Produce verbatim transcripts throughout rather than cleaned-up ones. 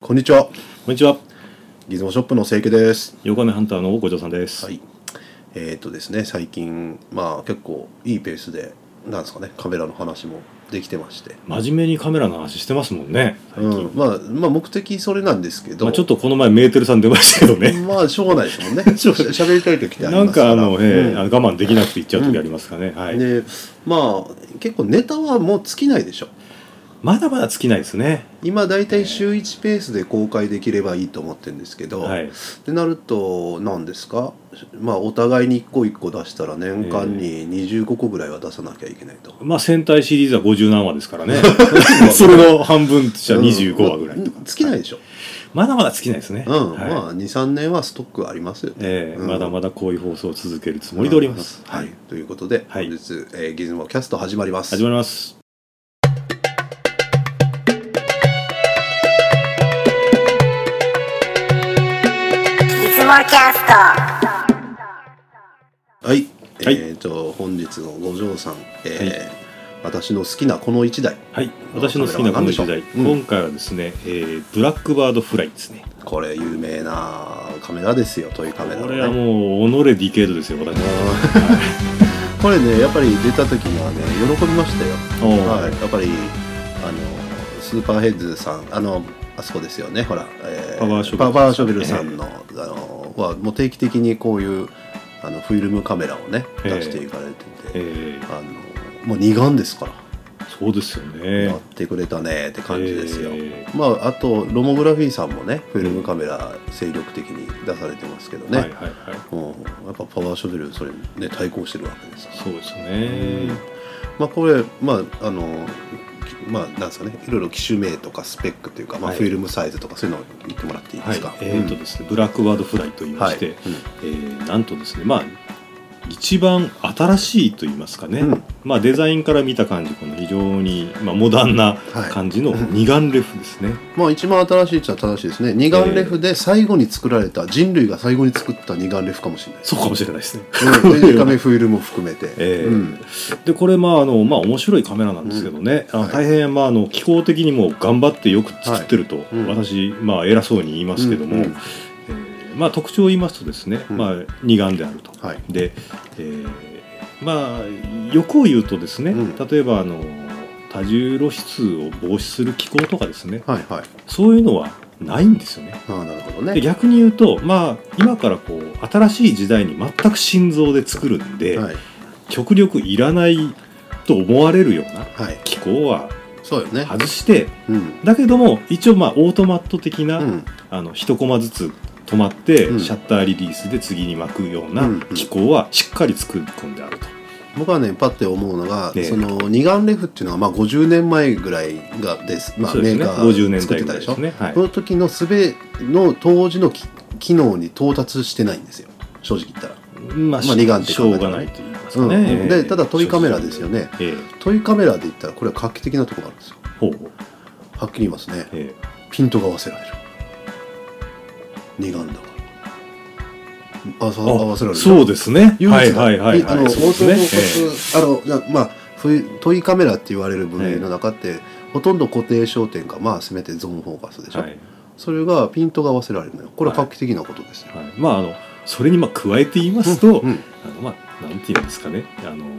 こんにちは。 こんにちは。 ギズモショップの清家です。 横目ハンターの五条さんです。 はい。えっ、ー、とですね、最近まあ結構いいペースでなんですかね、カメラの話もできてまして。 真面目にカメラの話してますもんね。最近。 うん、まあまあ目的それなんですけど。 まあ、ちょっとこの前メーテルさん出ましたけどね。 まあしょうがないですもんね。喋りたい時ってありますから。 なんかあの、えーうん、 我慢できなくて言っちゃう時ありますかね。うん、はい。 で、まあ結構ネタはもう尽きないでしょ。 まだまだ尽きないですね。 今だいたい週いちペースで公開できればいいと思ってるんですけど、 はい、 ってなると何ですか、まあお互いにいっこいっこ出したら年間ににじゅうごこぐらいは出さなきゃいけないと、 えー、まあ戦隊シリーズはごじゅうなんわですからね。それの半分じゃにじゅうごわぐらいとか、 うん、尽きないでしょ、はい、 まだまだ尽きないですね。 うん、 はい、 まあ にさんねんはストックありますよね、 えーうん、 まだまだこういう放送を続けるつもりでおります、 うん、はい、はい、ということで、はい、本日、えー、ギズモキャスト始まります始まります。 キャスト。はい、はい、えーと本日の五条さん、えーはい、私の好きなこのいちだい。 はい、私の好きなこのいちだい、うん、今回はですね、えー、ブラックバードフライですね。 これ有名なカメラですよ、トイカメラ、ね、 これはもう己ディケードですよ、私。 これね、やっぱり出た時にはね喜びましたよ。はい、やっぱりあのスーパーヘッズさん、あのあそこですよね、ほら、えー、パワーショベル、パワーショベルさんの、えー、あのはもう定期的にこういうあのフィルムカメラをね出していかれてて、えー、あのもう二眼ですから。 そうですよね。 やってくれたねって感じですよ。えー、まああとロモグラフィーさんもねフィルムカメラ精力的に出されてますけどね。はいはいはい。うん、やっぱパワーショベルそれね対抗してるわけですから。 そうですね。うん、 まあこれまああのまあなんですかね、いろいろ機種名とかスペックというか、まあ、フィルムサイズとかそういうのを言ってもらっていいですか。はい、 えーとですね、ブラックバードフライと言いまして、はい、うん、えー、なんとですね、まあ一番新しいと言いますかね、うん、まあデザインから見た感じ、この非常に、まあ、モダンな感じの二眼レフですね。はい、 まあ一番新しいっちゃ正しいですね。二眼レフで最後に作られた、えー、人類が最後に作った二眼レフかもしれない。 そうかもしれないですね。 デカメフィルムも含めて。えーうん、 でこれまああのまあ面白いカメラなんですけどね、うん、あの大変まああの機構的にも頑張ってよく作ってると、はい、うん、私まあ偉そうに言いますけども。うんうん、まあ、特徴を言いますとですね、うん、まあ、二眼であると、はい、で、えー、まあ欲を言うとですね、うん、例えばあの多重露出を防止する機構とかですね、はいはい、そういうのはないんですよね。 ああ、なるほどね。 で逆に言うと、まあ、今からこう新しい時代に全く心臓で作るんで、はい、極力いらないと思われるような機構は外して、はい、うん、だけども一応まあオートマット的な、うん、あの一コマずつ止まって、うん、シャッターリリースで次に巻くような機構はしっかり作り込んであると。 僕はねパッて思うのが、ね、その二眼レフっていうのはまあごじゅうねんまえぐらいがです、まあ、メーカーが作ってたでしょ。ね、はい、この時のすべの当時の機能に到達してないんですよ、正直言ったら。まあ、まあ、二眼って考えたら、ね、しょうがないと言いますかね。うん、でただトイカメラですよね。えー、トイカメラで言ったらこれは画期的なところがあるんですよ。ほうほう、はっきり言いますね。えー、ピントが合わせられる。二眼だから。あ、そう合わせられる。 そうですね。 はいはいはい。あのオートフォーカス、あのまあトイカメラって言われる分類の中って、はい、ほとんど固定焦点か、まあせめてゾーンフォーカスでしょ。はい、それがピントが合わせられるのよ。これは画期的なことですよ。 はいはい、まああのそれにまあ加えて言いますと、うんうん、あのまあなんていうんですかね、あの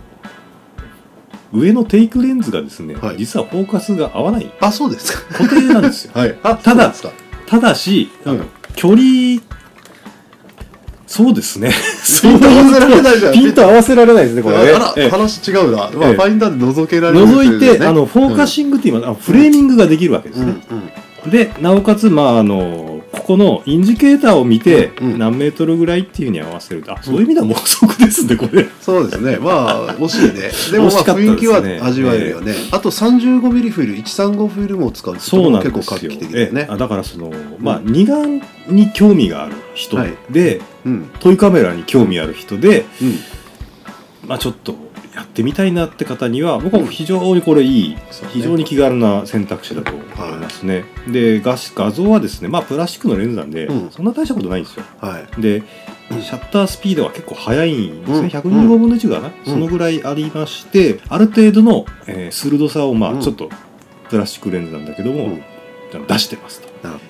上のテイクレンズがですね、はい、実はフォーカスが合わない。 あ、そうですか。 固定なんですよ。はい。あ、ただただし、あの、うん、距離そうですね。 ピント合わせられないじゃん。 ピント合わせられないですね、これね。 あら、話違うな。まあ、ファインダーで覗けられる、 覗いて、あのフォーカシングっていうのはフレーミングができるわけですね。で、なおかつまああのここのインジケーターを見て何メートルぐらいっていうに合わせると、あ、そういう意味ではもうそこですね、これ。 そうですね。まあ惜しいね。でもまあ雰囲気は味わえるよね。あと さんじゅうごミリ フィル、いちさんごフィルムを使うっていうのも結構画期的だよね。 だからそのまあ二眼に興味がある人で、トイカメラに興味ある人で、まあちょっとやってみたいなって方には僕は非常にこれいい、ね、非常に気軽な選択肢だと思いますね。はい、で 画, 画像はですね、まあプラスチックのレンズなんで、うん、そんな大したことないんですよ。はい、でシャッタースピードは結構速いんですね、うん、ひゃくにじゅうごぶんのいちかな、うん、そのぐらいありまして、ある程度の、えー、鋭さをまあちょっとプラスチックレンズなんだけども、うん、出してますと。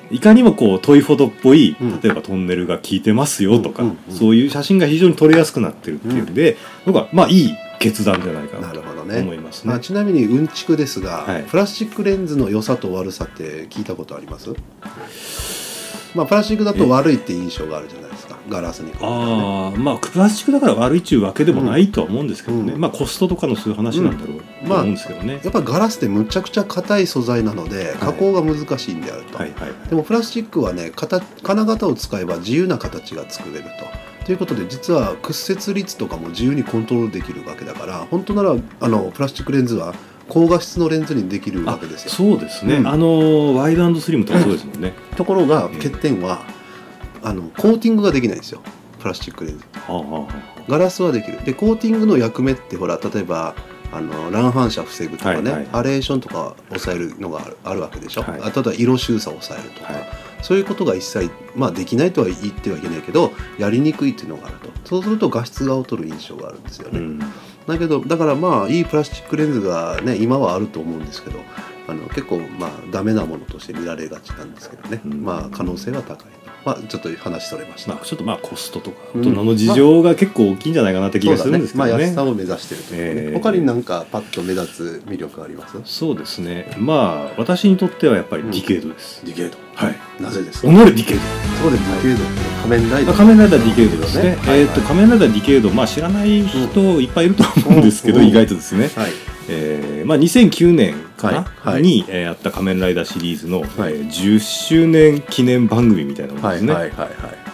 いかにもこうトイフォトっぽい、例えばトンネルが効いてますよとか、うんうんうん、そういう写真が非常に撮りやすくなってるっていうんで、うん、僕はまあいい決断じゃないかなと思いますね。 まあ、ちなみにうんちくですが、はい、プラスチックレンズの良さと悪さって聞いたことあります？まあ、プラスチックだと悪いって印象があるじゃないですか、ガラスに比べて、ね、 ああ、まあプラスチックだから悪いっちゅうわけでもないとは思うんですけどね、うん、まあコストとかのそういう話なんだろうと思うんですけどね、まあ、 やっぱガラスってむちゃくちゃ硬い素材なので加工が難しいんであると、はいはいはいはい、でもプラスチックはね金型を使えば自由な形が作れるとということで、実は屈折率とかも自由にコントロールできるわけだから、本当ならあのプラスチックレンズは高画質のレンズにできるわけですよ。 そうですね、うん、あのワイド&スリムとかそうですもんねところが欠点は、あのコーティングができないんですよ、プラスチックレンズ。ガラスはできる。でコーティングの役目ってほら、例えばあの乱反射防ぐとかね、はいはい、ハレーションとか抑えるのがある、あるわけでしょ、はい、あとは色収差を抑えるとか、はい、そういうことが一切、まあ、できないとは言ってはいけないけどやりにくいっていうのがあると。そうすると画質が劣る印象があるんですよね、うん、だけどだからまあいいプラスチックレンズがね今はあると思うんですけど、あの結構まあダメなものとして見られがちなんですけどね、うん、まあ可能性は高い。まあ、ちょっと話それました、まあ、 ちょっとまあコストとか大人の事情が結構大きいんじゃないかなって気がするんですけどね、 まあ、安さを目指してるという、ね、えー、他に何かパッと目立つ魅力あります？ そうですね、まあ私にとってはやっぱりディケードです、 うん、ディケード、 はい、 なぜですか？ 己ディケード。 そうです、ディケードって仮面ライダー、 仮面ライダーディケードですね、はいはい、えー、と仮面ライダーディケード、まあ知らない人いっぱいいると思うんですけど、うん、意外とですね、はい、えーまあ、にせんきゅうねんかな、はいはい、に、えー、やった仮面ライダーシリーズの、はい、えー、じゅっしゅうねん記念番組みたいなものですね、はいはいはいはい、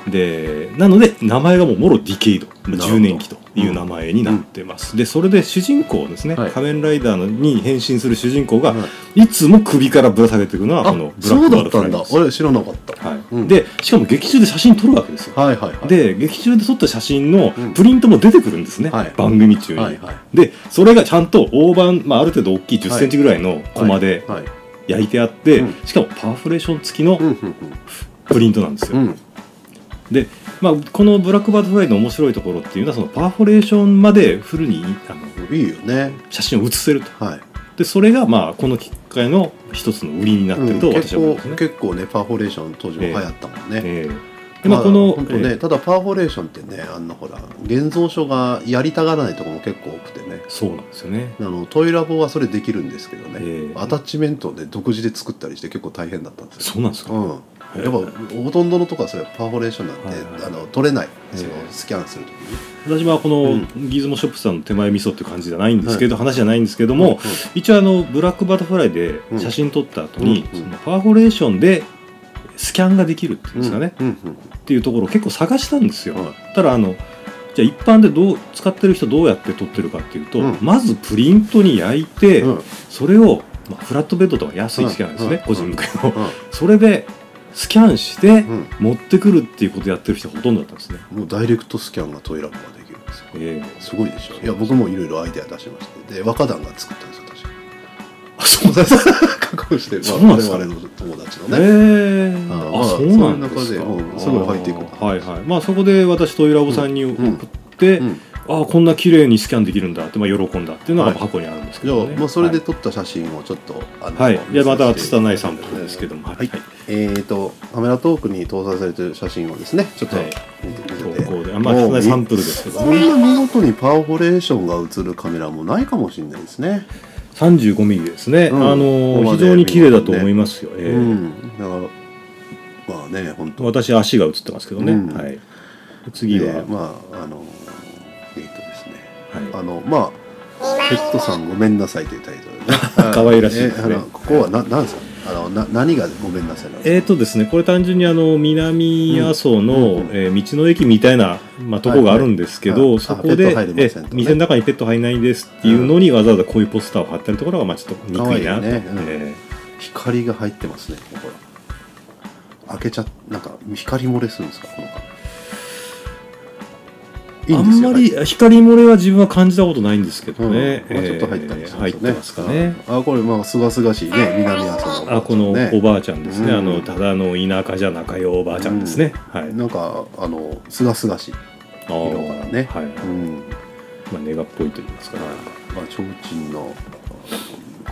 でなので名前がもうもろディケイド、じゅうねんきという名前になってます、うん、でそれで主人公ですね、はい、仮面ライダーに変身する主人公が、はい、いつも首からぶら下げていくのはこのブラックバードフライです。 そうだったんだ、俺知らなかった、はい、 うん、でしかも劇中で写真撮るわけですよ、はいはいはい、で劇中で撮った写真のプリントも出てくるんですね、うん、番組中に、はいはい、でそれがちゃんと大判、まあ、ある程度大きいじゅっセンチぐらいのコマで焼いてあって、はいはいはい、しかもパワーフレーション付きのプリントなんですよ、うん、で、まあ、このブラックバードフライの面白いところっていうのはそのパワーフレーションまでフルにあのいいよね、 写真を写せると、はい、でそれがまあこの機械の一つの売りになってると私は思うんですね、 うん、結構、結構ねパワーフレーション当時も流行ったもんね、えーえーでまあ、この本当ね、えー、ただパワーフォレーションってね、あのほら現像書がやりたがらないところも結構多くてね。 そうなんですよね。 あのトイラボはそれできるんですけどね、えー、アタッチメントで独自で作ったりして結構大変だったんですよ。 そうなんですか、うん、 やっぱほとんどのとこはそれパワーフォレーションなんて、はいはい、あの取れない、そのスキャンするときに。 私はこのギズモショップさんの手前味噌っていう感じじゃないんですけど、はい、話じゃないんですけども、うんうん、一応あのブラックバタフライで写真撮った後に、うんうん、そのパワーフォレーションでスキャンができるっていうんですかね、うんうんうん、っていうところを結構探したんですよ、はい、ただあのじゃあ一般でどう使ってる人どうやって撮ってるかっていうと、うん、まずプリントに焼いて、うん、それを、まあ、フラットベッドとか安いスキャンですね、うん、個人向けの、うん、それでスキャンして持ってくるっていうことをやってる人がほとんどだったんですね。 もうダイレクトスキャンがトイラボができるんですよ、えー、すごいでしょ。いや僕もいろいろアイデア出しました。で若旦が作ったんですよ確か。あそうです加工して、まあ、我々の友達のね、えー、ああそうなんですか。そういう中で、うん、すごい入っていくんだ。 はいはい。まあそこで私トイラボさんに送って、うんうんうん、ああこんな綺麗にスキャンできるんだって、まあ、喜んだっていうのが箱にあるんですけどね、 はい、まあ、それで撮った写真をちょっと、はい、 あのはい、いやまた拙いサンプルですけども、はい、はい、 えーとカメラトークに搭載されている写真をですねちょっと見てみて、 はい、であんまり拙いサンプルですけど、 こんな見事にパワーフォレーションが映るカメラもないかもしれないですね。 さんじゅうごミリですね、うん、あの非常に綺麗だと思いますよ、ね、えーうん、だからまあね本当私足が映ってますけどね、うん、はい、次は、 えー、まああのえー、っとですね、はい、あのまあペットさんごめんなさいというタイトルね可愛らしいですね、 えー、ここはななんですかね、あのな何がごめんなさいなんですか。 えーとですね、これ単純にあの南阿蘇の、うんうん、えー、道の駅みたいな、まあ、とこがあるんですけど、はいはい、そこで、ね、店の中にペット入らないですっていうのに、うん、わざわざこういうポスターを貼ってるところがまあちょっと憎いなと、ね、うん、えー、光が入ってますね。ほら開けちゃなんか光漏れするんですかこのカメラ。いいんですよ。あんまり光漏れは自分は感じたことないんですけどね、 うん、まあ、ちょっと入ったりするんですよね、 入ってますかね。 あこれまあすがすがしいね南阿蘇の、ね、 あこのおばあちゃんですね、うん、あのただの田舎じゃ仲良おばあちゃんですね、 うん、はい、なんかあのすがすがしい色からね、はい、うん、 まあネガっぽいと言いますかね、 まあ提灯の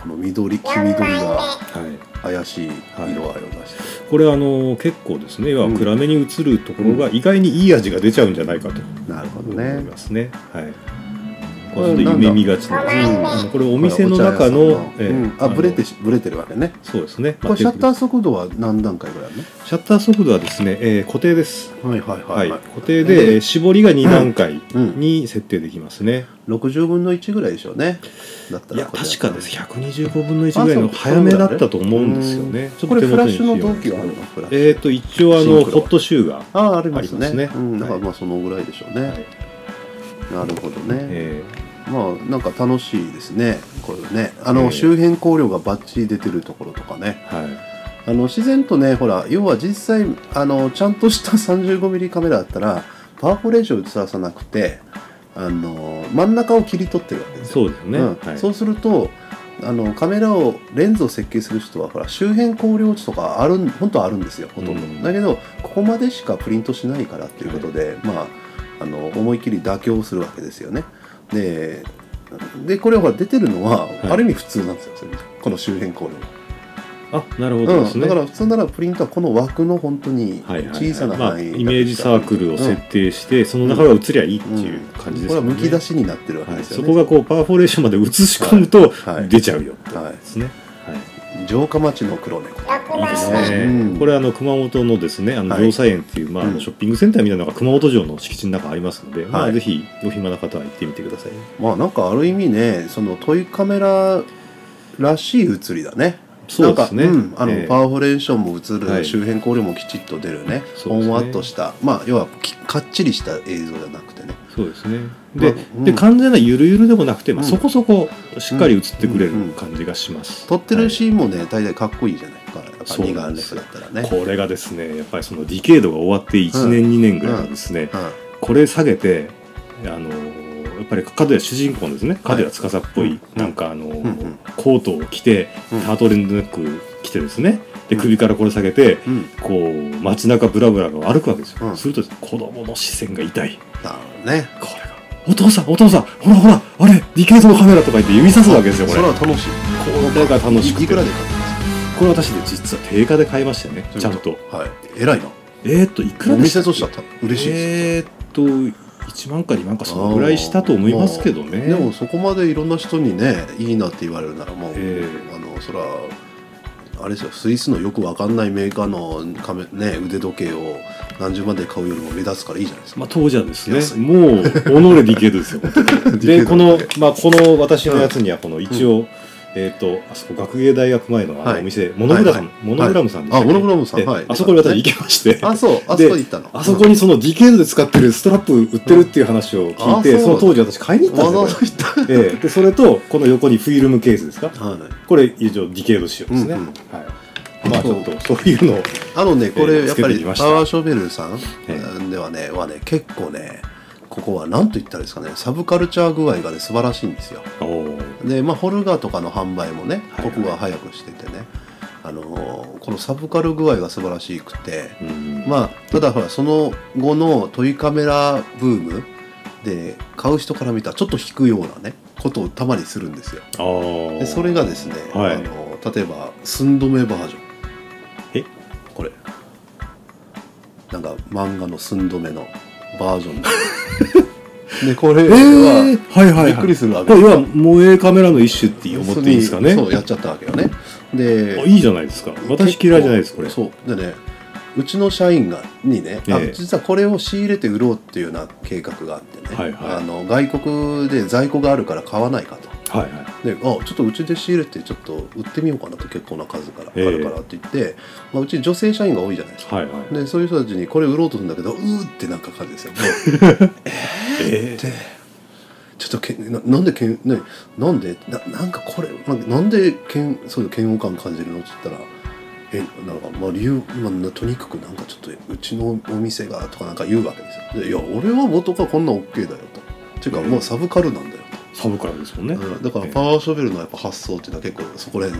この緑黄緑が怪しい色合いを出して、はいはい、 これあの結構ですね、要は暗めに映るところが意外にいい味が出ちゃうんじゃないかと、 うん、なるほどね、 思いますね。はい。ちょっと夢見がちな、うん、あのこれお店の中の、 えーうん、あブレてブレてるわけね。 そうですね。 これシャッター速度は何段階ぐらいあるの？ シャッター速度はですね、えー、固定です。 はいはいはい、はいはい、固定で、えー、絞りがに段階に設定できますね。 ろくじゅうぶんのいちぐらいでしょうね。だったらいや確かですひゃくにじゅうごぶんのいちぐらいの早めだったと思うんですよね。 ちょっと手元にこれフラッシュの同期はあるの？ えっ、ー、と一応あのホットシューがあありますね。 ありますね。 うん、だからまあそのぐらいでしょうね。はい、なるほどね。えーまあなんか楽しいですねこれね。あの、えー、周辺光量がバッチリ出てるところとかね、はい、あの自然とねほら要は実際あのちゃんとした さんじゅうごミリ カメラだったらパワーフォレーションを映ささなくてあの真ん中を切り取ってるわけですよ。 そうですね、うんはい、 そうするとあのカメラをレンズを設計する人はほら周辺光量値とかある本当はあるんですよほとんど、うん、だけどここまでしかプリントしないからっていうことで、はい、まああの思い切り妥協するわけですよね。で, でこれは出てるのは、はい、ある意味普通なんですよこの周辺光量。 あなるほどですね、 うん、だから普通ならプリントはこの枠の本当に小さな範囲、はいはいはいまあ、 イメージサークルを設定して、うん、その中が映りゃいいっていう感じですよね、うんうん、これはむき出しになってるわけですよね、 はい、そこがこうパワーフォレーションまで映し込むと出ちゃうよってことですね、はいはい城下町の黒猫いいですね、うん、これあの熊本のですねあの城西園っていう、まあ、あのショッピングセンターみたいなのが熊本城の敷地の中ありますので、はいまあ、ぜひお暇な方は行ってみてください。 まあなんかある意味ねそのトイカメラらしい写りだね。 そうですね、 なんか、うん、あの、えー、パワーフォレーションも映る、はい、周辺光量もきちっと出るねほんわっとしたまあ要はかっちりした映像じゃなくてね。 そうですね で,、まあうん、で完全なゆるゆるでもなくて、まあ、そこそこしっかり映ってくれる感じがします、 うんうんうん、撮ってるシーンもね、はい、大体かっこいいじゃないかやっぱ二眼レフだったらね。 これがですねやっぱりそのディケードが終わっていちねん、うん、にねんぐらいはですね、うんうん、これ下げてあのやっぱり角谷主人公のですね角谷司っぽい、はい、なんかあの、うんうん、コートを着てタートルネック着てですねで首からこれ下げて、うん、こう街中ブラブラが歩くわけですよ、うん、すると子供の視線が痛い。 なるほどね。 これがお父さんお父さんほらほらあれディケードのカメラとか言って指さすわけですよ。これそれは楽しい。 これが楽しくていくらで買ったんですか？これ私で実は定価で買いましたよねちゃんと。 はい偉いな。 えー、っといくらでしたっけ？ お店としては嬉しいです。 えー、っといちまんかにまんかそのぐらいしたと思いますけどね、 まあ、でもそこまでいろんな人にねいいなって言われるならもう、えー、あのそれはあれですよスイスのよくわかんないメーカーのカメ、ね、腕時計を何十万で買うよりも目立つからいいじゃないですか。 まあ当時はですねもう己ディケードですよでこの、まあ、この私のやつにはこの一応、うんえー、とあそこ学芸大学前のあのお店、はい、モノグラム、はいはい、モノグラムさんでしたっけ、 あモノグラムさん、はい、 あそこに私行きましてあそうあそこに行ったのあそこにそのディケードで使ってるストラップ売ってるっていう話を聞いて、うん、そ, その当時私買いに行ったんですよ、えー、でそれとこの横にフィルムケースですか、はい、これ以上ディケード仕様ですね、うんうんはいまあちょっとそういうのをあのねこれやっぱりパワーショベルさんではねはね結構ねここは何と言ったらいいですかねサブカルチャー具合がね素晴らしいんですよ。でまあホルガーとかの販売もね僕は早くしててね、はいはい、あのこのサブカル具合が素晴らしくてまあただほらその後のトイカメラブームで買う人から見たらちょっと引くようなねことをたまにするんですよ。でそれがですね、はい、あの例えば寸止めバージョンえこれなんか漫画の寸止めのバージョンでこれは、えー、はいはいはい、びっくりするわけこれは萌えカメラの一種って思っていいですかね。 そうやっちゃったわけよね。でいいじゃないですか。私嫌いじゃないですこれ。 そうでねうちの社員がにね、えー、あ実はこれを仕入れて売ろうっていうような計画があってね、はいはい、あの外国で在庫があるから買わないかと、はいはい、であちょっとうちで仕入れてちょっと売ってみようかなと結構な数から、えー、あるからって言って、まあ、うち女性社員が多いじゃないですか、はいはい、でそういう人たちにこれ売ろうとするんだけどうーってなんか感じですよえーってちょっとけ な, なんでけん、ね、なんで な, なんかこれなんでけんそういう嫌悪感感じるのって言ったらえなんかまあ理由、まあ、とにかくなんかちょっとうちのお店がとかなんか言うわけですよ。でいや俺は元からこんな OK だよとっていうかもうサブカルなんだよと、 サブカルですもんね、 うん、だからパワーショベルのやっぱ発想っていうのは結構そこら辺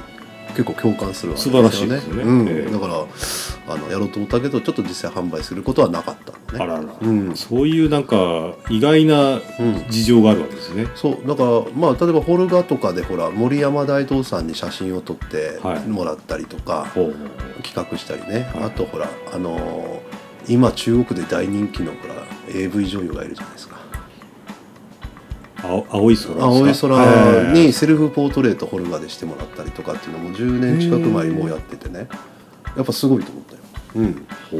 結構共感するわけですよね。素晴らしいですね、 うんえー、だからあのやろうと思ったけどちょっと実際販売することはなかったのね。 あらら、うん、そういうなんか意外な事情があるわけですね、 うん、そうだからまあ例えばホルガとかでほら森山大道さんに写真を撮ってもらったりとか、はい、企画したりね、はい、あとほらあのー、今中国で大人気のほら エーブイ 女優がいるじゃないですか。 青, 青い空青い空にセルフポートレートホルガでしてもらったりとかっていうのもじゅうねん近く前にもうやっててね、やっぱすごいと思ったよ。うん、うん、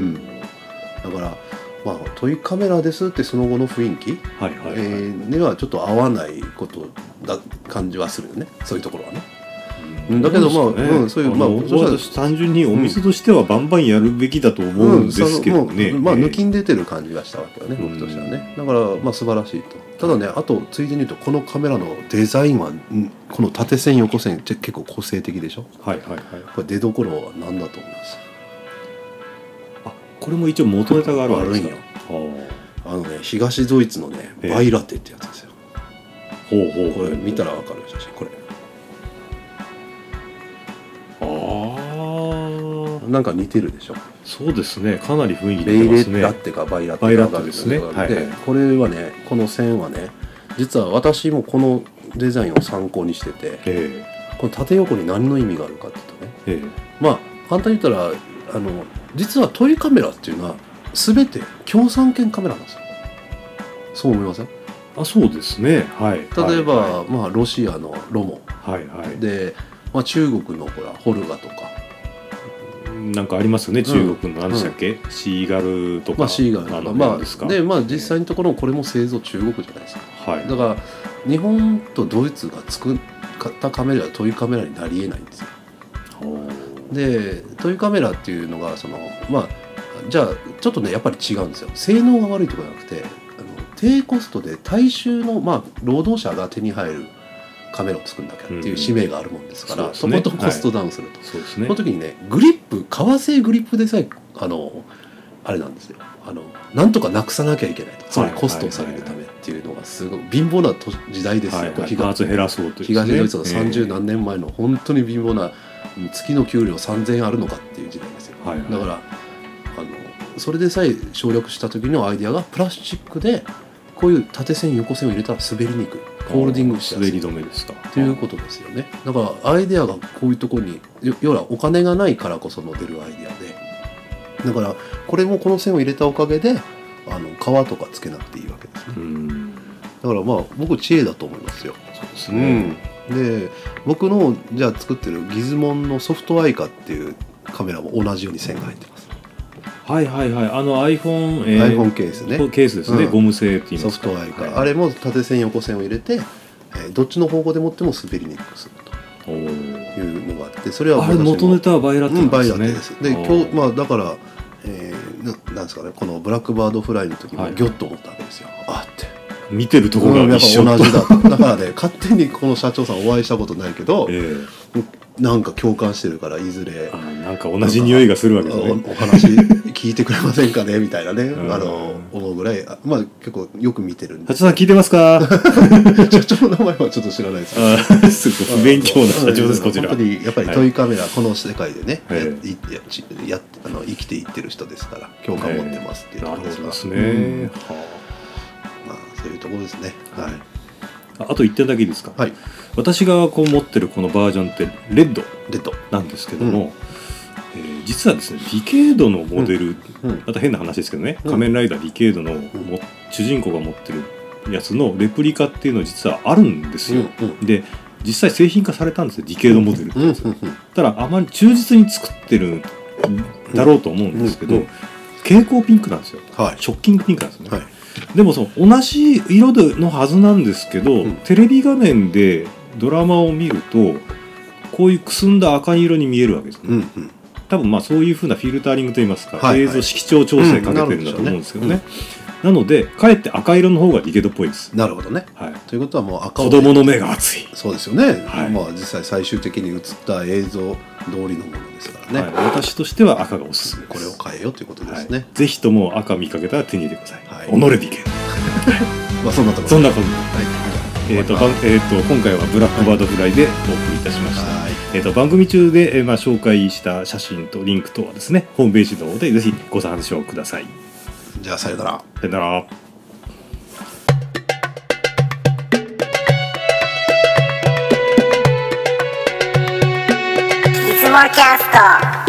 だからまあトイカメラですってその後の雰囲気、はいはいはい、えー、にはちょっと合わないことだ感じはするよね、そういうところはね。うん、だけどまあ、ね、うん、そういうまあ私単純にお店としてはバンバンやるべきだと思うんですけどね、 うんうん、まあ抜きん出てる感じがしたわけよね、僕としてはね。だからまあ素晴らしいと。ただね、あとついでに言うとこのカメラのデザインはこの縦線横線結構個性的でしょ。 はいはいはい。 これ出どころは何だと思います？ あ、これも一応元ネタがあるわけですか。 あのね、東ドイツのねバイラテってやつですよ。ほうほう。これ見たらわかる写真これ。ああ。なんか似てるでしょ。 そうですね、かなり雰囲気出てますね。ベイレッタってかバイラッバイラッタですね。 はいはい、これはね、この線はね、実は私もこのデザインを参考にしてて、えー、この縦横に何の意味があるかっていうとね、えー、まあ簡単に言ったらあの実はトイカメラっていうのは全て共産圏カメラなんですよ。そう思いません？ あ、そうですね。はい。 例えば、 はいはい、 まあロシアのロモ、はいはい、で、まあ、中国のほらホルガとか。 なんかありますよね、中国の何でしたっけ、うん、シーガルとか、 まあ、シーガルとか、まあ、でまあ実際のところこれも製造中国じゃないですか、はい、だから日本とドイツが作ったカメラはトイカメラになりえないんですよ。でトイカメラっていうのがそのまあじゃあちょっとねやっぱり違うんですよ。性能が悪いとかじゃなくて、あの低コストで大衆の、まあ、労働者が手に入るカメラを作んなきゃっていう使命があるもんですから、うん、そ, ね、そことコストダウンすると、はい、そうですね、その時にねグリップ革製グリップでさえあのあれなんですよ、あのなんとかなくさなきゃいけないと、つまりコストを下げるためっていうのがすごい貧乏な時代ですよ、はいはい、 パーツ減らそうという、ね、 東ドイツのさんじゅう何年前の本当に貧乏な月の給料さんぜんえんあるのかっていう時代ですよ、はいはい、だからあのそれでさえ省略した時のアイデアがプラスチックでこういう縦線横線を入れたら滑りにくい、ホールディングしやすい、 滑り止めですかということですよね。だからアイデアがこういうところに、要はお金がないからこその出るアイデアで、だからこれもこの線を入れたおかげであの皮とかつけなくていいわけですね。うん、だからまあ僕知恵だと思いますよ。 そうですね、 うん、で僕のじゃあ作ってるギズモンのソフトアイカっていうカメラも同じように線が入ってます。 はいはいはい、あの iPhone、 えー、iPhone ケースね、 ケースですね、うん、ゴム製って言いますか、 ソフトアイカ、はい、あれも縦線横線を入れて、えー、どっちの方向で持っても滑りにくくするというのがあって、それはあれ元ネタはバイラテなんですね。 うん、バイラテです。で今日まあだから、えー、な, なんですかね、このブラックバードフライの時もギョッと思ったわけですよ、はい、あって見てるところが一緒、 うん、やっぱ同じだとだからね勝手にこの社長さんお会いしたことないけど、えーなんか共感してるからいずれあなんか同じ匂いがするわけですね。 お, お話聞いてくれませんかねみたいなねあの思うぐらい、まあ結構よく見てるんで。 社長さん聞いてますか？ 社長の名前はちょっと知らないですけどすごく不勉強な社長ですこちら。 本当にやっぱりトイカメラ、はい、この世界でね、はい、やややあの生きていってる人ですから共感を持ってますっていうところですが、 なるほどですね、 うんはあ、まあそういうところですね。はい、 あといってんだけいいですか、はい、私がこう持ってるこのバージョンってレッドなんですけども、うんえー、実はですねディケードのモデル、うんうん、また変な話ですけどね、うん、仮面ライダーディケードのも、うん、主人公が持ってるやつのレプリカっていうのは実はあるんですよ、うんうん、で実際製品化されたんですよディケードモデルってやつ、うんうんうん、ただあまり忠実に作ってるだろうと思うんですけど、うんうんうん、蛍光ピンクなんですよ、はい、ショッキングピンクなんですよね、はい、でもその同じ色のはずなんですけど、うん、テレビ画面でドラマを見るとこういうくすんだ赤色に見えるわけですね、うんうん、多分まあそういう風なフィルタリングといいますか、はいはい、映像色調調整かけてるんだと思うんですけどね、うん、なのでかえって赤色の方がディケードっぽいです。 なるほどね、はい、ということはもう赤を、 ね、子供の目が熱い。 そうですよね、はい、まあ、実際最終的に映った映像通りのものですからね、 はい、私としては赤がおすすめです。 これを変えようということですね、はい、 ぜひとも赤見かけたら手に入れてください、はい、己ディケードまあそんなところそんなこと、はい、えーとえーと今回はブラックバードフライでお送りいたしました。はい、 えー、と番組中で、えーまあ、紹介した写真とリンク等はですねホームページの方でぜひご参照ください。 じゃあさよなら。 さよなら。 いつもキャスト。